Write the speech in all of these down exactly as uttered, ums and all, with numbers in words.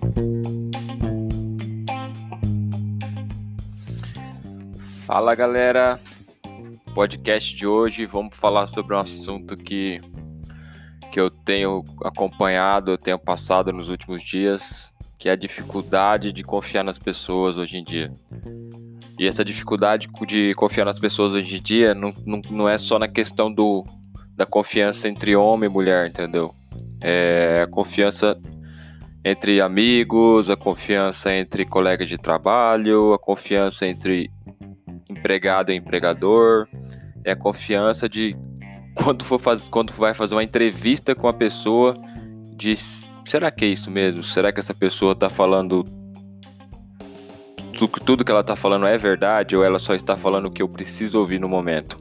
Fala galera, podcast de hoje vamos falar sobre um assunto que, que eu tenho acompanhado, eu tenho passado nos últimos dias, que é a dificuldade de confiar nas pessoas hoje em dia. E essa dificuldade de confiar nas pessoas hoje em dia não, não, não é só na questão do, da confiança entre homem e mulher, entendeu? É a confiança entre amigos, a confiança entre colegas de trabalho, a confiança entre empregado e empregador, é a confiança de quando, for faz, quando vai fazer uma entrevista com a pessoa, de será que é isso mesmo? Será que essa pessoa está falando tudo, tudo que ela está falando é verdade ou ela só está falando o que eu preciso ouvir no momento?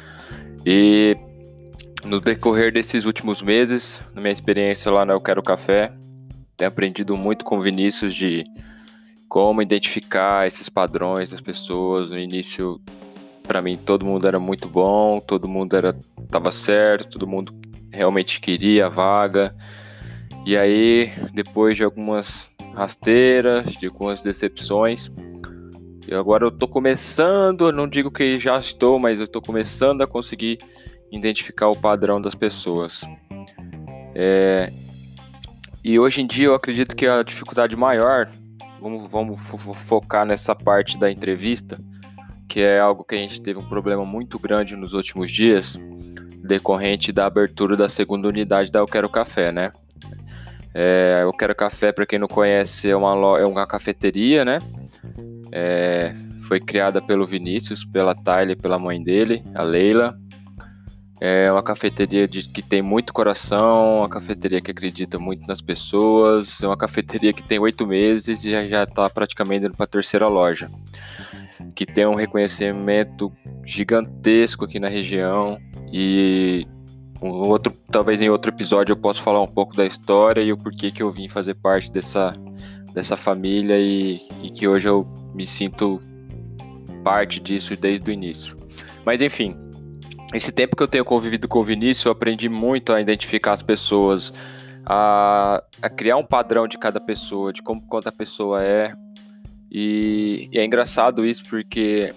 E no decorrer desses últimos meses, na minha experiência lá no Eu Quero Café, tenho aprendido muito com o Vinícius de como identificar esses padrões das pessoas. No início, para mim, todo mundo era muito bom, todo mundo era tava certo, todo mundo realmente queria a vaga. E aí, depois de algumas rasteiras, de algumas decepções, e agora eu tô começando, eu não digo que já estou, mas eu tô começando a conseguir identificar o padrão das pessoas. É... E hoje em dia eu acredito que a dificuldade maior, vamos, vamos fo- focar nessa parte da entrevista, que é algo que a gente teve um problema muito grande nos últimos dias, decorrente da abertura da segunda unidade da Eu Quero Café, né? É, Eu Quero Café, para quem não conhece, é uma, lo- é uma cafeteria, né? É, foi criada pelo Vinícius, pela Thalia e pela mãe dele, a Leila. É uma cafeteria de, que tem muito coração, uma cafeteria que acredita muito nas pessoas, é uma cafeteria que tem oito meses e já está praticamente indo para a terceira loja, que tem um reconhecimento gigantesco aqui na região. E um outro, talvez em outro episódio eu possa falar um pouco da história e o porquê que eu vim fazer parte dessa, dessa família e, e que hoje eu me sinto parte disso desde o início. Mas enfim, esse tempo que eu tenho convivido com o Vinícius, eu aprendi muito a identificar as pessoas, a, a criar um padrão de cada pessoa, de como cada pessoa é. E, e é engraçado isso porque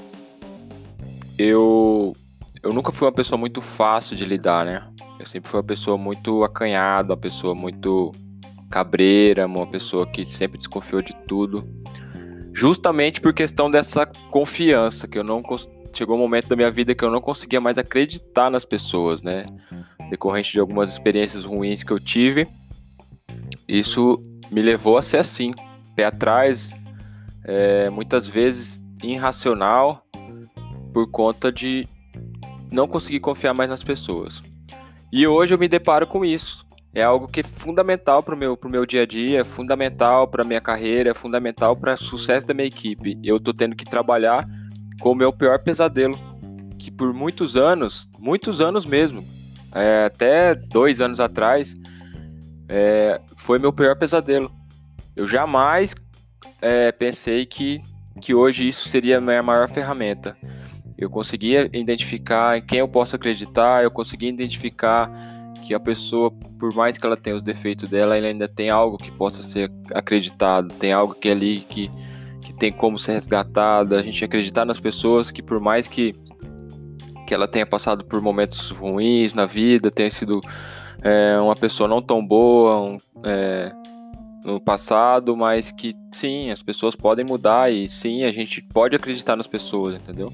eu, eu nunca fui uma pessoa muito fácil de lidar, né? Eu sempre fui uma pessoa muito acanhada, uma pessoa muito cabreira, uma pessoa que sempre desconfiou de tudo. Justamente por questão dessa confiança, que eu não cons- chegou um momento da minha vida que eu não conseguia mais acreditar nas pessoas, né? Decorrente de algumas experiências ruins que eu tive, isso me levou a ser assim, pé atrás, é, muitas vezes irracional, por conta de não conseguir confiar mais nas pessoas. E hoje eu me deparo com isso. É algo que é fundamental para o meu, pro meu dia a dia, é fundamental para a minha carreira, é fundamental para o sucesso da minha equipe. Eu estou tendo que trabalhar com o meu pior pesadelo, que por muitos anos, muitos anos mesmo, é, até dois anos atrás, é, foi meu pior pesadelo. Eu jamais é, pensei que, que hoje isso seria a minha maior ferramenta. Eu conseguia identificar em quem eu posso acreditar, eu conseguia identificar que a pessoa, por mais que ela tenha os defeitos dela, ela ainda tem algo que possa ser acreditado, tem algo que é ali que, que tem como ser resgatado. A gente acreditar nas pessoas que, por mais que, que ela tenha passado por momentos ruins na vida, tenha sido é, uma pessoa não tão boa um, é, no passado, mas que sim, as pessoas podem mudar e sim, a gente pode acreditar nas pessoas, entendeu?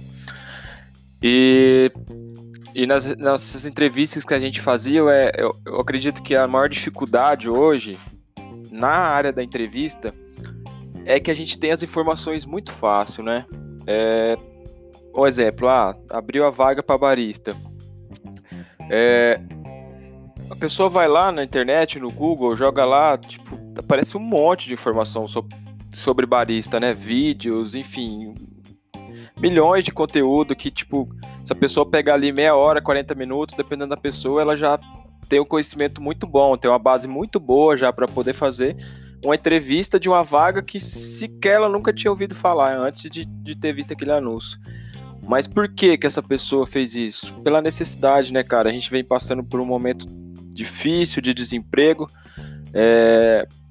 E, e nas, nessas entrevistas que a gente fazia, eu, eu, eu acredito que a maior dificuldade hoje na área da entrevista é que a gente tem as informações muito fácil, né? É, um exemplo, ah, abriu a vaga para barista. É, a pessoa vai lá na internet, no Google, joga lá, tipo, aparece um monte de informação sobre, sobre barista, né? Vídeos, enfim, milhões de conteúdo que, tipo, se a pessoa pegar ali meia hora, quarenta minutos, dependendo da pessoa, ela já tem um conhecimento muito bom, tem uma base muito boa já para poder fazer uma entrevista de uma vaga que sequer ela nunca tinha ouvido falar antes de, de ter visto aquele anúncio. Mas por que que essa pessoa fez isso? Pela necessidade, né, cara? A gente vem passando por um momento difícil de desemprego, é...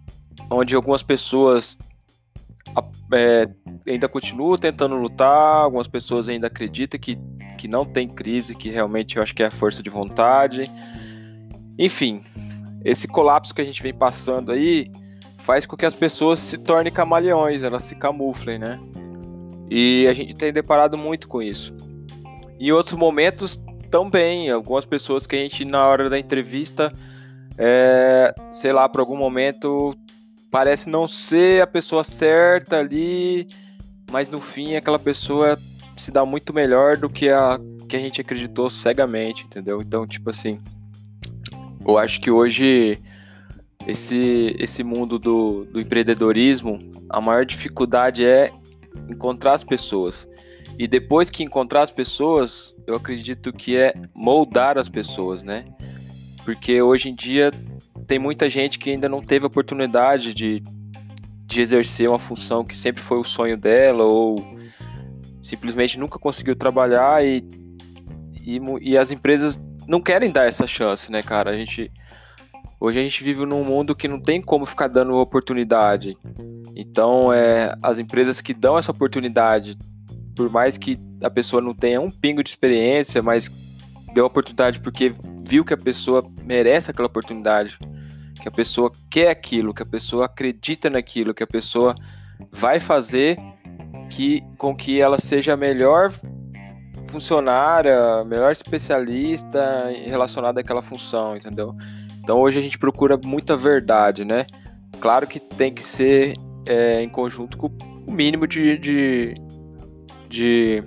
onde algumas pessoas é, ainda continuam tentando lutar, algumas pessoas ainda acreditam que, que não tem crise, que realmente eu acho que é a força de vontade. Enfim, esse colapso que a gente vem passando aí faz com que as pessoas se tornem camaleões, elas se camuflem, né? E a gente tem deparado muito com isso. Em outros momentos também, algumas pessoas que a gente na hora da entrevista, é, sei lá, por algum momento parece não ser a pessoa certa ali, mas no fim aquela pessoa se dá muito melhor do que a que a gente acreditou cegamente, entendeu? Então, tipo assim, eu acho que hoje esse, esse mundo do, do empreendedorismo, a maior dificuldade é encontrar as pessoas. E depois que encontrar as pessoas, eu acredito que é moldar as pessoas, né? Porque hoje em dia tem muita gente que ainda não teve a oportunidade de, de exercer uma função que sempre foi o sonho dela, ou simplesmente nunca conseguiu trabalhar, e, e, e as empresas não querem dar essa chance, né, cara? A gente, hoje a gente vive num mundo que não tem como ficar dando oportunidade. Então, é, as empresas que dão essa oportunidade, por mais que a pessoa não tenha um pingo de experiência, mas deu a oportunidade porque viu que a pessoa merece aquela oportunidade, que a pessoa quer aquilo, que a pessoa acredita naquilo, que a pessoa vai fazer que, com que ela seja a melhor funcionária, melhor especialista relacionada àquela função, entendeu? Então hoje a gente procura muita verdade, né? Claro que tem que ser é, em conjunto com o mínimo de, de, de,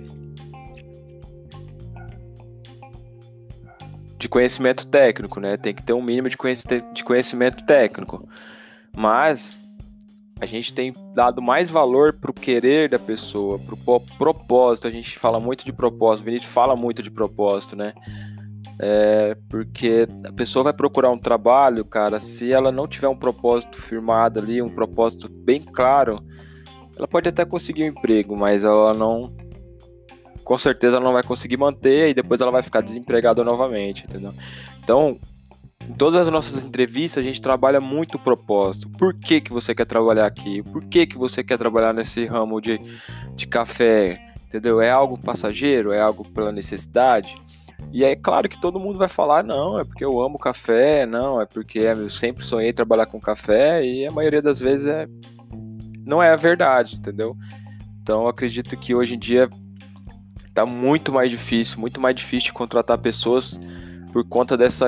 de conhecimento técnico, né? Tem que ter um mínimo de conhecimento técnico. Mas a gente tem dado mais valor pro querer da pessoa, pro propósito. A gente fala muito de propósito, o Vinícius fala muito de propósito, né? É, porque a pessoa vai procurar um trabalho, cara, se ela não tiver um propósito firmado ali, um propósito bem claro, ela pode até conseguir um emprego, mas ela não, com certeza ela não vai conseguir manter, e depois ela vai ficar desempregada novamente, entendeu? Então, em todas as nossas entrevistas a gente trabalha muito o propósito. Por que que você quer trabalhar aqui? Por que que você quer trabalhar nesse ramo de, de café? Entendeu? É algo passageiro? É algo pela necessidade? E aí, claro que todo mundo vai falar, não, é porque eu amo café, não, é porque eu sempre sonhei trabalhar com café, e a maioria das vezes é, não é a verdade, entendeu? Então, eu acredito que hoje em dia tá muito mais difícil, muito mais difícil de contratar pessoas por conta dessa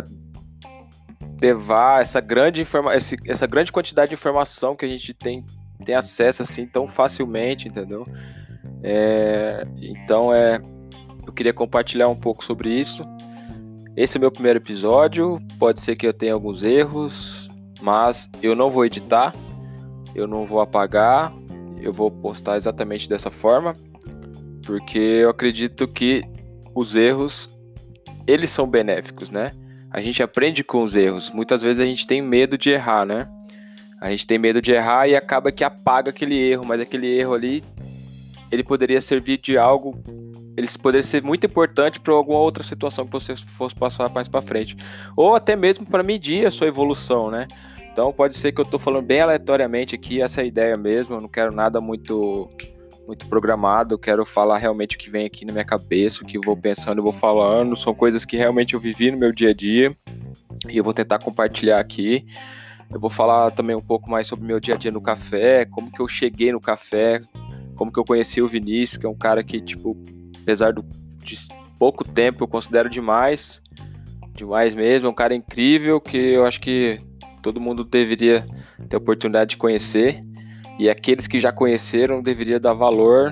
levar essa grande informa essa, essa grande quantidade de informação que a gente tem, tem acesso assim tão facilmente, entendeu? É, então é, eu queria compartilhar um pouco sobre isso. Esse é o meu primeiro episódio, pode ser que eu tenha alguns erros, mas eu não vou editar, eu não vou apagar, eu vou postar exatamente dessa forma, porque eu acredito que os erros, eles são benéficos, né? A gente aprende com os erros. Muitas vezes a gente tem medo de errar, né? A gente tem medo de errar e acaba que apaga aquele erro, mas aquele erro ali, ele poderia servir de algo, ele poderia ser muito importante para alguma outra situação que você fosse passar mais para frente. Ou até mesmo para medir a sua evolução, né? Então pode ser que eu estou falando bem aleatoriamente aqui, essa é a ideia mesmo, eu não quero nada muito... muito programado, eu quero falar realmente o que vem aqui na minha cabeça, o que eu vou pensando, eu vou falando, são coisas que realmente eu vivi no meu dia a dia, e eu vou tentar compartilhar aqui. Eu vou falar também um pouco mais sobre o meu dia a dia no café, como que eu cheguei no café, como que eu conheci o Vinícius, que é um cara que, tipo, apesar do, de pouco tempo, eu considero demais, demais mesmo, é um cara incrível, que eu acho que todo mundo deveria ter a oportunidade de conhecer. E aqueles que já conheceram deveriam dar valor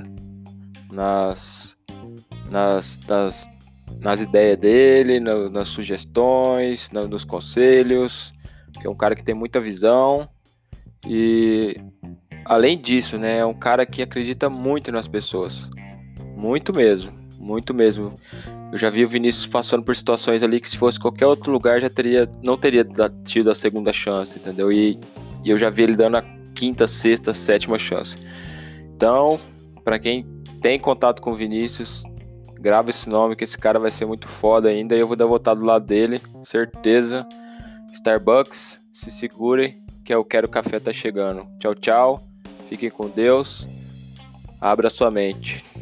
nas, nas, nas, nas ideias dele, no, nas sugestões, no, nos conselhos, que é um cara que tem muita visão. E além disso, né, é um cara que acredita muito nas pessoas. Muito mesmo, muito mesmo. Eu já vi o Vinícius passando por situações ali que se fosse qualquer outro lugar já teria, não teria tido a segunda chance, entendeu? E, e eu já vi ele dando a quinta, sexta, sétima chance. Então, para quem tem contato com o Vinícius, grava esse nome que esse cara vai ser muito foda ainda, e eu vou dar votar do lado dele, certeza. Starbucks, se segure que é o Quero Café tá chegando. Tchau, tchau. Fiquem com Deus. Abra sua mente.